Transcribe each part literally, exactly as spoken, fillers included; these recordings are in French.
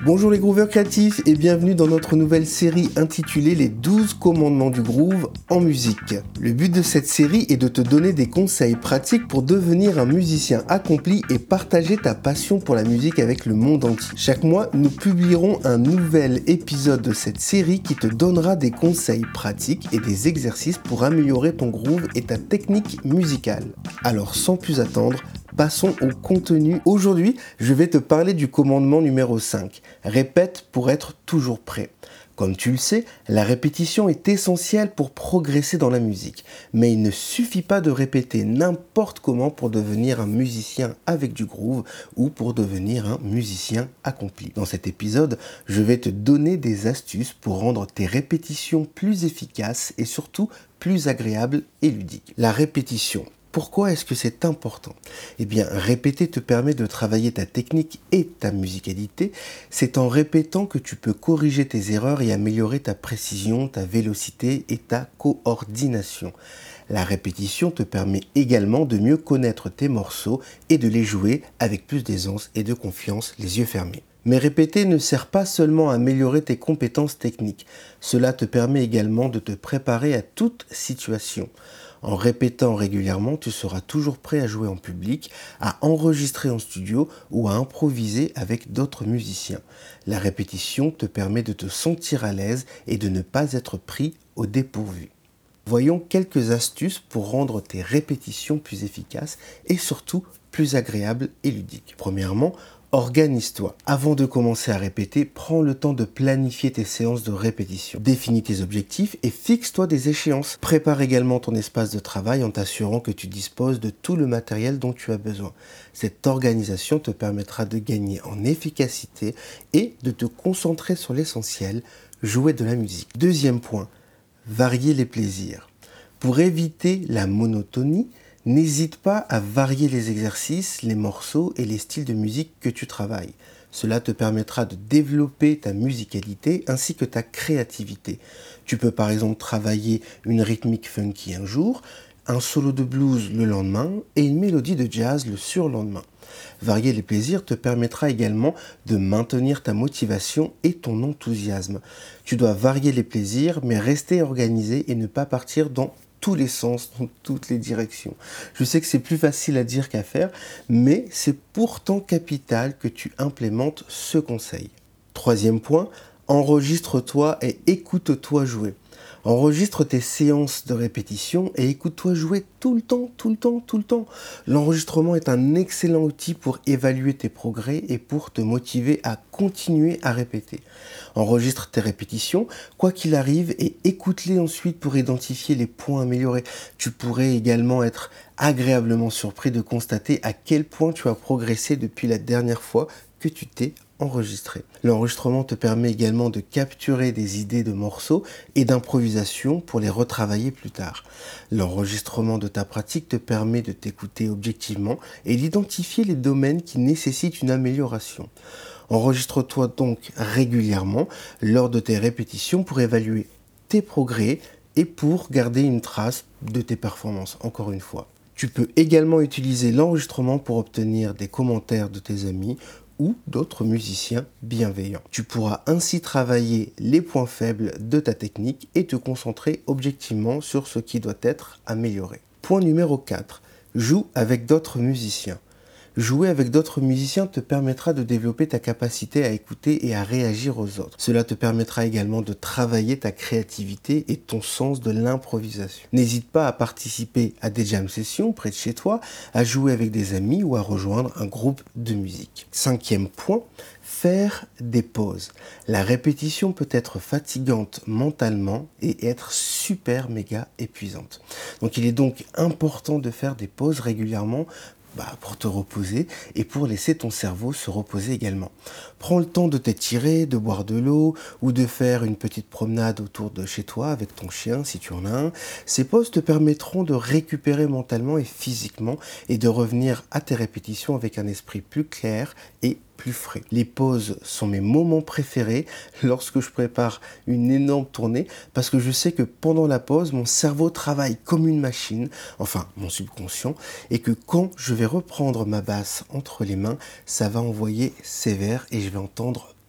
Bonjour les grooveurs créatifs et bienvenue dans notre nouvelle série intitulée Les douze commandements du groove en musique. Le but de cette série est de te donner des conseils pratiques pour devenir un musicien accompli et partager ta passion pour la musique avec le monde entier. Chaque mois, nous publierons un nouvel épisode de cette série qui te donnera des conseils pratiques et des exercices pour améliorer ton groove et ta technique musicale. Alors sans plus attendre, passons au contenu. Aujourd'hui, je vais te parler du commandement numéro cinq. Répète pour être toujours prêt. Comme tu le sais, la répétition est essentielle pour progresser dans la musique. Mais il ne suffit pas de répéter n'importe comment pour devenir un musicien avec du groove ou pour devenir un musicien accompli. Dans cet épisode, je vais te donner des astuces pour rendre tes répétitions plus efficaces et surtout plus agréables et ludiques. La répétition. Pourquoi est-ce que c'est important ? Eh bien, répéter te permet de travailler ta technique et ta musicalité. C'est en répétant que tu peux corriger tes erreurs et améliorer ta précision, ta vélocité et ta coordination. La répétition te permet également de mieux connaître tes morceaux et de les jouer avec plus d'aisance et de confiance, les yeux fermés. Mais répéter ne sert pas seulement à améliorer tes compétences techniques. Cela te permet également de te préparer à toute situation. En répétant régulièrement, tu seras toujours prêt à jouer en public, à enregistrer en studio ou à improviser avec d'autres musiciens. La répétition te permet de te sentir à l'aise et de ne pas être pris au dépourvu. Voyons quelques astuces pour rendre tes répétitions plus efficaces et surtout plus agréables et ludiques. Premièrement, organise-toi. Avant de commencer à répéter, prends le temps de planifier tes séances de répétition. Définis tes objectifs et fixe-toi des échéances. Prépare également ton espace de travail en t'assurant que tu disposes de tout le matériel dont tu as besoin. Cette organisation te permettra de gagner en efficacité et de te concentrer sur l'essentiel, jouer de la musique. Deuxième point, varier les plaisirs. Pour éviter la monotonie, n'hésite pas à varier les exercices, les morceaux et les styles de musique que tu travailles. Cela te permettra de développer ta musicalité ainsi que ta créativité. Tu peux par exemple travailler une rythmique funky un jour, un solo de blues le lendemain et une mélodie de jazz le surlendemain. Varier les plaisirs te permettra également de maintenir ta motivation et ton enthousiasme. Tu dois varier les plaisirs mais rester organisé et ne pas partir dans tous les sens, dans toutes les directions. Je sais que c'est plus facile à dire qu'à faire, mais c'est pourtant capital que tu implémentes ce conseil. Troisième point, enregistre-toi et écoute-toi jouer. Enregistre tes séances de répétition et écoute-toi jouer tout le temps, tout le temps, tout le temps. L'enregistrement est un excellent outil pour évaluer tes progrès et pour te motiver à continuer à répéter. Enregistre tes répétitions, quoi qu'il arrive, et écoute-les ensuite pour identifier les points améliorés. Tu pourrais également être agréablement surpris de constater à quel point tu as progressé depuis la dernière fois que tu t'es enregistré. L'enregistrement te permet également de capturer des idées de morceaux et d'improvisation pour les retravailler plus tard. L'enregistrement de ta pratique te permet de t'écouter objectivement et d'identifier les domaines qui nécessitent une amélioration. Enregistre-toi donc régulièrement lors de tes répétitions pour évaluer tes progrès et pour garder une trace de tes performances, encore une fois. Tu peux également utiliser l'enregistrement pour obtenir des commentaires de tes amis ou d'autres musiciens bienveillants. Tu pourras ainsi travailler les points faibles de ta technique et te concentrer objectivement sur ce qui doit être amélioré. Point numéro quatre. Joue avec d'autres musiciens. Jouer avec d'autres musiciens te permettra de développer ta capacité à écouter et à réagir aux autres. Cela te permettra également de travailler ta créativité et ton sens de l'improvisation. N'hésite pas à participer à des jam sessions près de chez toi, à jouer avec des amis ou à rejoindre un groupe de musique. Cinquième point, faire des pauses. La répétition peut être fatigante mentalement et être super méga épuisante. Donc il est donc important de faire des pauses régulièrement Bah, pour te reposer et pour laisser ton cerveau se reposer également. Prends le temps de t'étirer, de boire de l'eau ou de faire une petite promenade autour de chez toi avec ton chien si tu en as un. Ces pauses te permettront de récupérer mentalement et physiquement et de revenir à tes répétitions avec un esprit plus clair et plus frais. Les pauses sont mes moments préférés lorsque je prépare une énorme tournée parce que je sais que pendant la pause, mon cerveau travaille comme une machine, enfin mon subconscient, et que quand je vais reprendre ma basse entre les mains, ça va envoyer sévère et je vais entendre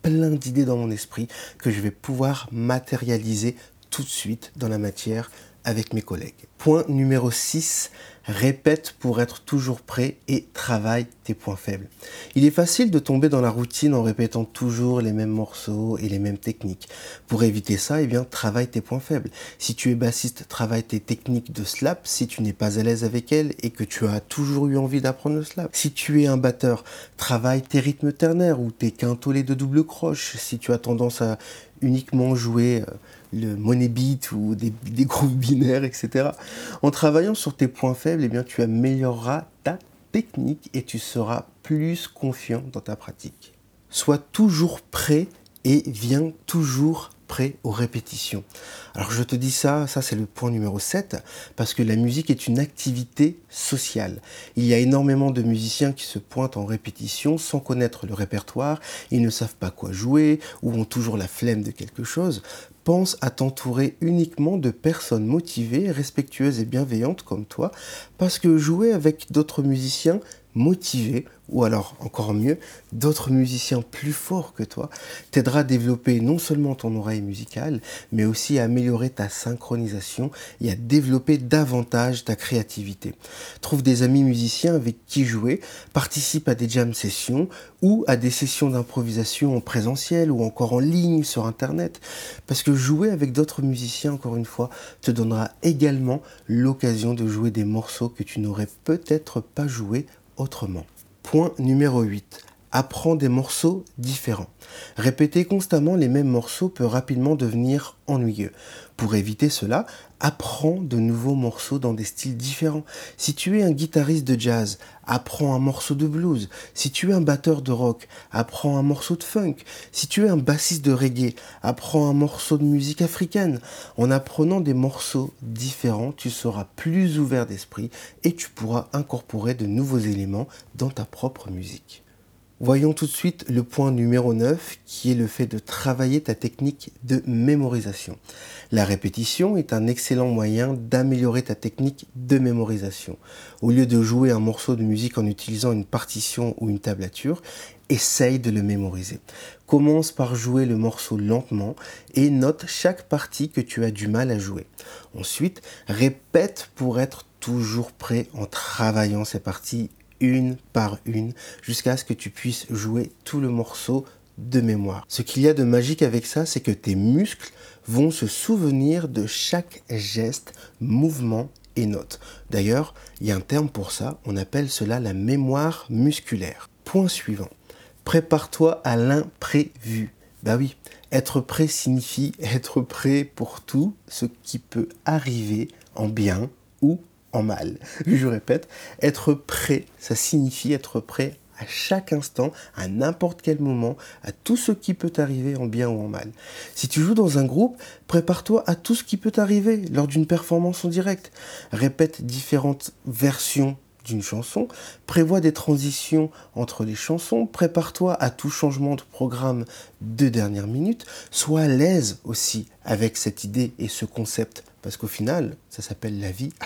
plein d'idées dans mon esprit que je vais pouvoir matérialiser tout de suite dans la matière avec mes collègues. Point numéro six, répète pour être toujours prêt et travaille tes points faibles. Il est facile de tomber dans la routine en répétant toujours les mêmes morceaux et les mêmes techniques. Pour éviter ça, eh bien, travaille tes points faibles. Si tu es bassiste, travaille tes techniques de slap si tu n'es pas à l'aise avec elles et que tu as toujours eu envie d'apprendre le slap. Si tu es un batteur, travaille tes rythmes ternaires ou tes quintolés de double croche. Si tu as tendance à uniquement jouer euh, le money beat ou des, des grooves binaires, et cetera. En travaillant sur tes points faibles, eh bien, tu amélioreras ta technique et tu seras plus confiant dans ta pratique. Sois toujours prêt et viens toujours prêt aux répétitions. Alors je te dis ça, ça c'est le point numéro sept, parce que la musique est une activité sociale. Il y a énormément de musiciens qui se pointent en répétition sans connaître le répertoire, ils ne savent pas quoi jouer ou ont toujours la flemme de quelque chose. Pense à t'entourer uniquement de personnes motivées, respectueuses et bienveillantes comme toi, parce que jouer avec d'autres musiciens motivés, ou alors encore mieux, d'autres musiciens plus forts que toi, t'aidera à développer non seulement ton oreille musicale, mais aussi à améliorer ta synchronisation et à développer davantage ta créativité. Trouve des amis musiciens avec qui jouer, participe à des jam sessions ou à des sessions d'improvisation en présentiel ou encore en ligne sur internet, parce que jouer avec d'autres musiciens, encore une fois, te donnera également l'occasion de jouer des morceaux que tu n'aurais peut-être pas joués autrement. Point numéro huit. Apprends des morceaux différents. Répéter constamment les mêmes morceaux peut rapidement devenir ennuyeux. Pour éviter cela, apprends de nouveaux morceaux dans des styles différents. Si tu es un guitariste de jazz, apprends un morceau de blues. Si tu es un batteur de rock, apprends un morceau de funk. Si tu es un bassiste de reggae, apprends un morceau de musique africaine. En apprenant des morceaux différents, tu seras plus ouvert d'esprit et tu pourras incorporer de nouveaux éléments dans ta propre musique. Voyons tout de suite le point numéro neuf qui est le fait de travailler ta technique de mémorisation. La répétition est un excellent moyen d'améliorer ta technique de mémorisation. Au lieu de jouer un morceau de musique en utilisant une partition ou une tablature, essaye de le mémoriser. Commence par jouer le morceau lentement et note chaque partie que tu as du mal à jouer. Ensuite, répète pour être toujours prêt en travaillant ces parties une par une, jusqu'à ce que tu puisses jouer tout le morceau de mémoire. Ce qu'il y a de magique avec ça, c'est que tes muscles vont se souvenir de chaque geste, mouvement et note. D'ailleurs, il y a un terme pour ça, on appelle cela la mémoire musculaire. Point suivant. Prépare-toi à l'imprévu. Bah oui, être prêt signifie être prêt pour tout ce qui peut arriver en bien ou en mal. Je répète, être prêt, ça signifie être prêt à chaque instant, à n'importe quel moment, à tout ce qui peut t'arriver en bien ou en mal. Si tu joues dans un groupe, prépare-toi à tout ce qui peut t'arriver lors d'une performance en direct. Répète différentes versions d'une chanson, prévois des transitions entre les chansons, prépare-toi à tout changement de programme de dernière minute, sois à l'aise aussi avec cette idée et ce concept, parce qu'au final, ça s'appelle la vie.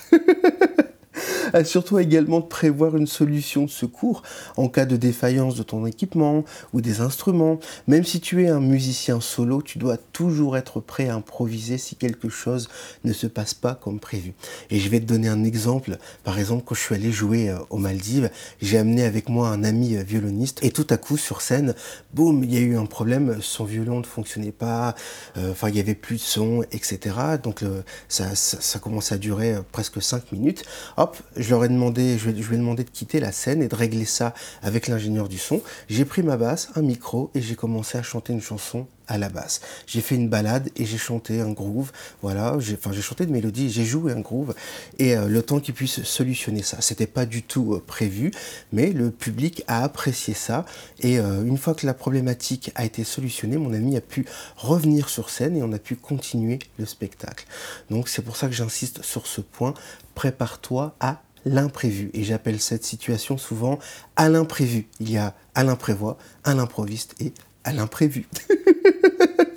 Assure-toi également de prévoir une solution de secours en cas de défaillance de ton équipement ou des instruments. Même si tu es un musicien solo, tu dois toujours être prêt à improviser si quelque chose ne se passe pas comme prévu. Et je vais te donner un exemple. Par exemple, quand je suis allé jouer aux Maldives, j'ai amené avec moi un ami violoniste et tout à coup sur scène, boum, il y a eu un problème, son violon ne fonctionnait pas, euh, enfin il y avait plus de son, et cetera. Donc le, ça, ça, ça commençait à durer presque cinq minutes. Hop, je leur ai demandé, je, je lui ai demandé de quitter la scène et de régler ça avec l'ingénieur du son. J'ai pris ma basse, un micro et j'ai commencé à chanter une chanson à la basse. J'ai fait une balade et j'ai chanté un groove. Voilà, j'ai, enfin j'ai chanté de mélodie, j'ai joué un groove et euh, le temps qu'ils puissent solutionner ça. C'était pas du tout euh, prévu, mais le public a apprécié ça et euh, une fois que la problématique a été solutionnée, mon ami a pu revenir sur scène et on a pu continuer le spectacle. Donc c'est pour ça que j'insiste sur ce point. Prépare-toi à l'imprévu. Et j'appelle cette situation souvent à l'imprévu. Il y a à l'imprévoit, à l'improviste et à l'imprévu.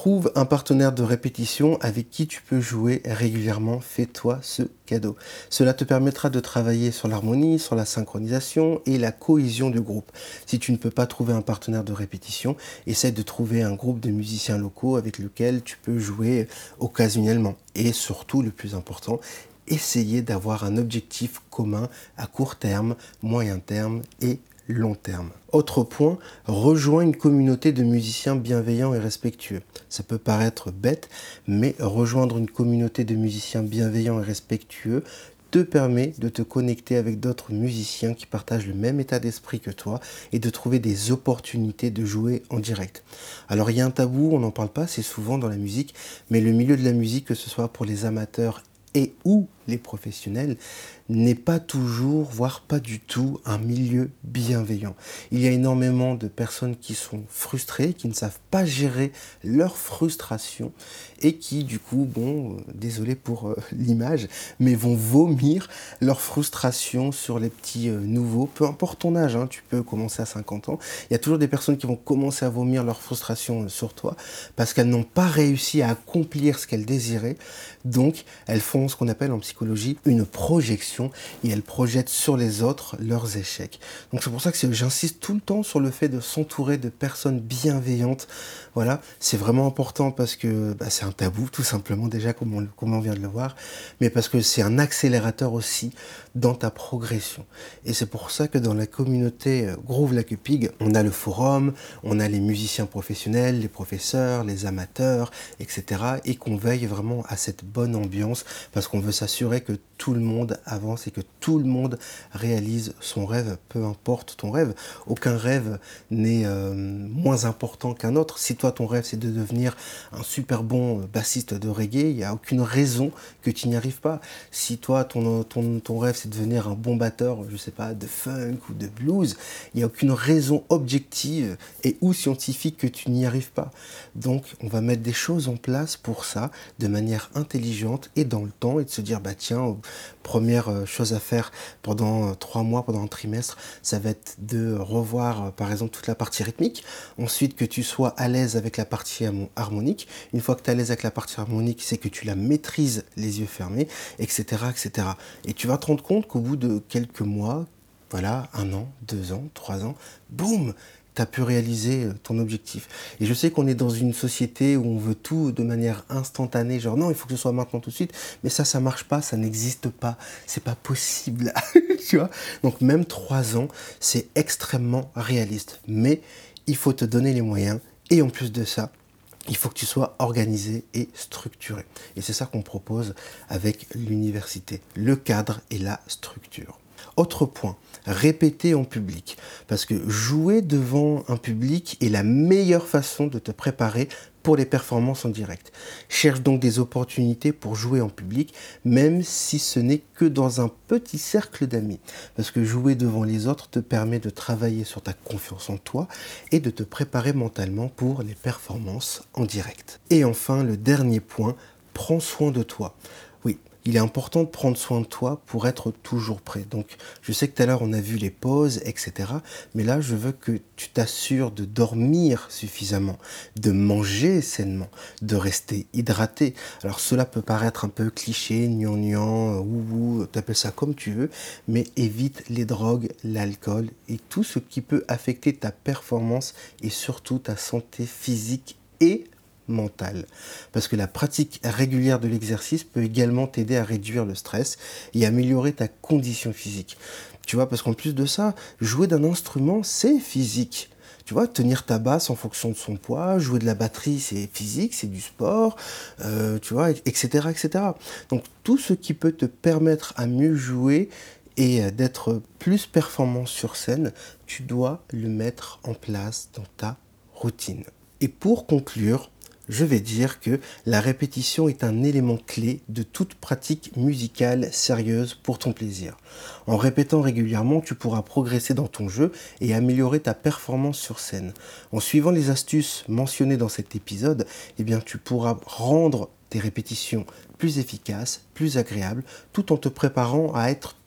Trouve un partenaire de répétition avec qui tu peux jouer régulièrement. Fais-toi ce cadeau. Cela te permettra de travailler sur l'harmonie, sur la synchronisation et la cohésion du groupe. Si tu ne peux pas trouver un partenaire de répétition, essaie de trouver un groupe de musiciens locaux avec lequel tu peux jouer occasionnellement. Et surtout, le plus important, essayer d'avoir un objectif commun à court terme, moyen terme et long terme. Autre point, rejoins une communauté de musiciens bienveillants et respectueux. Ça peut paraître bête, mais rejoindre une communauté de musiciens bienveillants et respectueux te permet de te connecter avec d'autres musiciens qui partagent le même état d'esprit que toi et de trouver des opportunités de jouer en direct. Alors il y a un tabou, on n'en parle pas assez souvent dans la musique, mais le milieu de la musique, que ce soit pour les amateurs et ou les professionnels, n'est pas toujours, voire pas du tout, un milieu bienveillant. Il y a énormément de personnes qui sont frustrées, qui ne savent pas gérer leur frustration et qui, du coup, bon, euh, désolé pour euh, l'image, mais vont vomir leur frustration sur les petits euh, nouveaux, peu importe ton âge, hein, tu peux commencer à cinquante ans, il y a toujours des personnes qui vont commencer à vomir leur frustration euh, sur toi parce qu'elles n'ont pas réussi à accomplir ce qu'elles désiraient, donc elles font ce qu'on appelle en psychologie une projection et elles projettent sur les autres leurs échecs. Donc c'est pour ça que j'insiste tout le temps sur le fait de s'entourer de personnes bienveillantes. Voilà, c'est vraiment important parce que bah, c'est un tabou tout simplement déjà comme on, comme on vient de le voir, mais parce que c'est un accélérateur aussi dans ta progression. Et c'est pour ça que dans la communauté Groove Like a Pig, on a le forum, on a les musiciens professionnels, les professeurs, les amateurs, et cetera. Et qu'on veille vraiment à cette bonne ambiance parce qu'on veut s'assurer que tout le monde avance et que tout le monde réalise son rêve, peu importe ton rêve. Aucun rêve n'est euh, moins important qu'un autre. Si toi, ton rêve, c'est de devenir un super bon bassiste de reggae, il n'y a aucune raison que tu n'y arrives pas. Si toi, ton, ton, ton rêve, c'est de devenir un bon batteur, je sais pas, de funk ou de blues, il n'y a aucune raison objective et ou scientifique que tu n'y arrives pas. Donc, on va mettre des choses en place pour ça, de manière intelligente et dans le temps, et de se dire, bah tiens, première chose à faire pendant trois mois, pendant un trimestre, ça va être de revoir, par exemple, toute la partie rythmique. Ensuite, que tu sois à l'aise avec la partie harmonique. Une fois que tu es à l'aise avec la partie harmonique, c'est que tu la maîtrises les yeux fermés, et cetera, et cetera. Et tu vas te rendre compte qu'au bout de quelques mois, voilà, un an, deux ans, trois ans, boum, tu as pu réaliser ton objectif. Et je sais qu'on est dans une société où on veut tout de manière instantanée, genre non, il faut que ce soit maintenant tout de suite, mais ça, ça marche pas, ça n'existe pas, c'est pas possible, tu vois. Donc même trois ans, c'est extrêmement réaliste, mais il faut te donner les moyens, et en plus de ça, il faut que tu sois organisé et structuré. Et c'est ça qu'on propose avec l'université, le cadre et la structure. Autre point, répéter en public. Parce que jouer devant un public est la meilleure façon de te préparer pour les performances en direct. Cherche donc des opportunités pour jouer en public, même si ce n'est que dans un petit cercle d'amis. Parce que jouer devant les autres te permet de travailler sur ta confiance en toi et de te préparer mentalement pour les performances en direct. Et enfin, le dernier point, prends soin de toi. Oui, il est important de prendre soin de toi pour être toujours prêt. Donc, je sais que tout à l'heure, on a vu les pauses, et cetera. Mais là, je veux que tu t'assures de dormir suffisamment, de manger sainement, de rester hydraté. Alors, cela peut paraître un peu cliché, gnangnan, ouou, t'appelles ça comme tu veux, mais évite les drogues, l'alcool et tout ce qui peut affecter ta performance et surtout ta santé physique et mentale. Parce que la pratique régulière de l'exercice peut également t'aider à réduire le stress et améliorer ta condition physique. Tu vois, parce qu'en plus de ça, jouer d'un instrument, c'est physique. Tu vois, tenir ta basse en fonction de son poids, jouer de la batterie, c'est physique, c'est du sport, euh, tu vois, et cetera, et cetera. Donc, tout ce qui peut te permettre à mieux jouer et d'être plus performant sur scène, tu dois le mettre en place dans ta routine. Et pour conclure, je vais dire que la répétition est un élément clé de toute pratique musicale sérieuse pour ton plaisir. En répétant régulièrement, tu pourras progresser dans ton jeu et améliorer ta performance sur scène. En suivant les astuces mentionnées dans cet épisode, eh bien, tu pourras rendre tes répétitions plus efficaces, plus agréables, tout en te préparant à être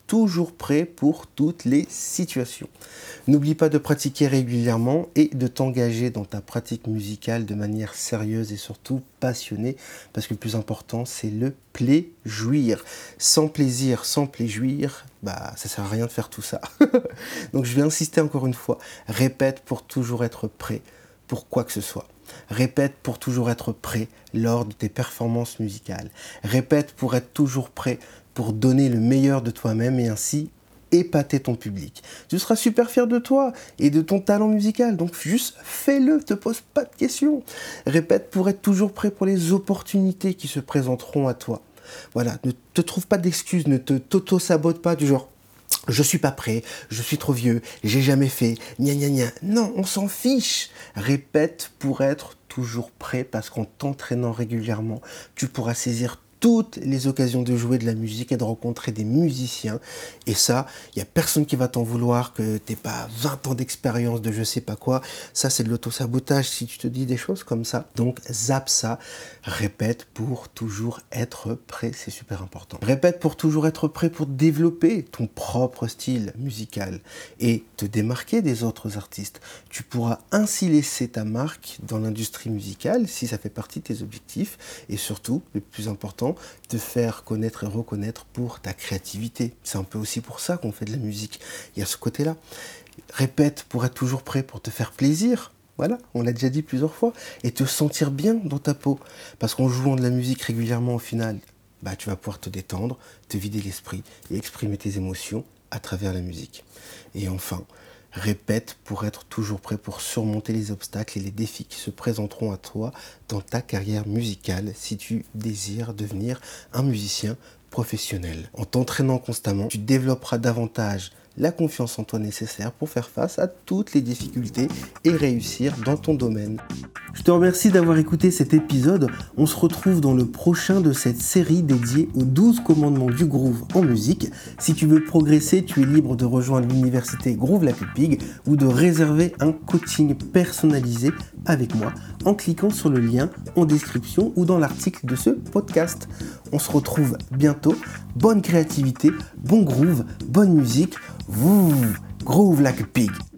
toujours prêt pour toutes les situations. N'oublie pas de pratiquer régulièrement et de t'engager dans ta pratique musicale de manière sérieuse et surtout passionnée, parce que le plus important, c'est le plaisir. Sans plaisir, sans plaisir, bah ça sert à rien de faire tout ça. Donc je vais insister encore une fois, répète pour toujours être prêt pour quoi que ce soit. Répète pour toujours être prêt lors de tes performances musicales. Répète pour être toujours prêt pour donner le meilleur de toi-même et ainsi épater ton public. Tu seras super fier de toi et de ton talent musical, donc juste fais-le, te pose pas de questions. Répète pour être toujours prêt pour les opportunités qui se présenteront à toi. Voilà, ne te trouve pas d'excuses, ne te t'auto-sabote pas du genre je suis pas prêt, je suis trop vieux, j'ai jamais fait, gna gna gna. Non, on s'en fiche. Répète pour être toujours prêt parce qu'en t'entraînant régulièrement, tu pourras saisir toutes les occasions de jouer de la musique et de rencontrer des musiciens. Et ça, il n'y a personne qui va t'en vouloir que tu n'aies pas vingt ans d'expérience de je sais pas quoi. Ça, c'est de l'auto-sabotage si tu te dis des choses comme ça. Donc, zappe ça. Répète pour toujours être prêt. C'est super important. Répète pour toujours être prêt pour développer ton propre style musical et te démarquer des autres artistes. Tu pourras ainsi laisser ta marque dans l'industrie musicale si ça fait partie de tes objectifs. Et surtout, le plus important, te faire connaître et reconnaître pour ta créativité. C'est un peu aussi pour ça qu'on fait de la musique. Il y a ce côté-là. Répète pour être toujours prêt, pour te faire plaisir. Voilà, on l'a déjà dit plusieurs fois. Et te sentir bien dans ta peau. Parce qu'en jouant de la musique régulièrement, au final, bah, tu vas pouvoir te détendre, te vider l'esprit et exprimer tes émotions à travers la musique. Et enfin, répète pour être toujours prêt pour surmonter les obstacles et les défis qui se présenteront à toi dans ta carrière musicale si tu désires devenir un musicien professionnel. En t'entraînant constamment, tu développeras davantage la confiance en toi nécessaire pour faire face à toutes les difficultés et réussir dans ton domaine. Je te remercie d'avoir écouté cet épisode. On se retrouve dans le prochain de cette série dédiée aux douze commandements du groove en musique. Si tu veux progresser, tu es libre de rejoindre l'université Groove Like a Pig ou de réserver un coaching personnalisé avec moi en cliquant sur le lien en description ou dans l'article de ce podcast. On se retrouve bientôt. Bonne créativité, bon groove, bonne musique. Vous, Groove Like a Pig.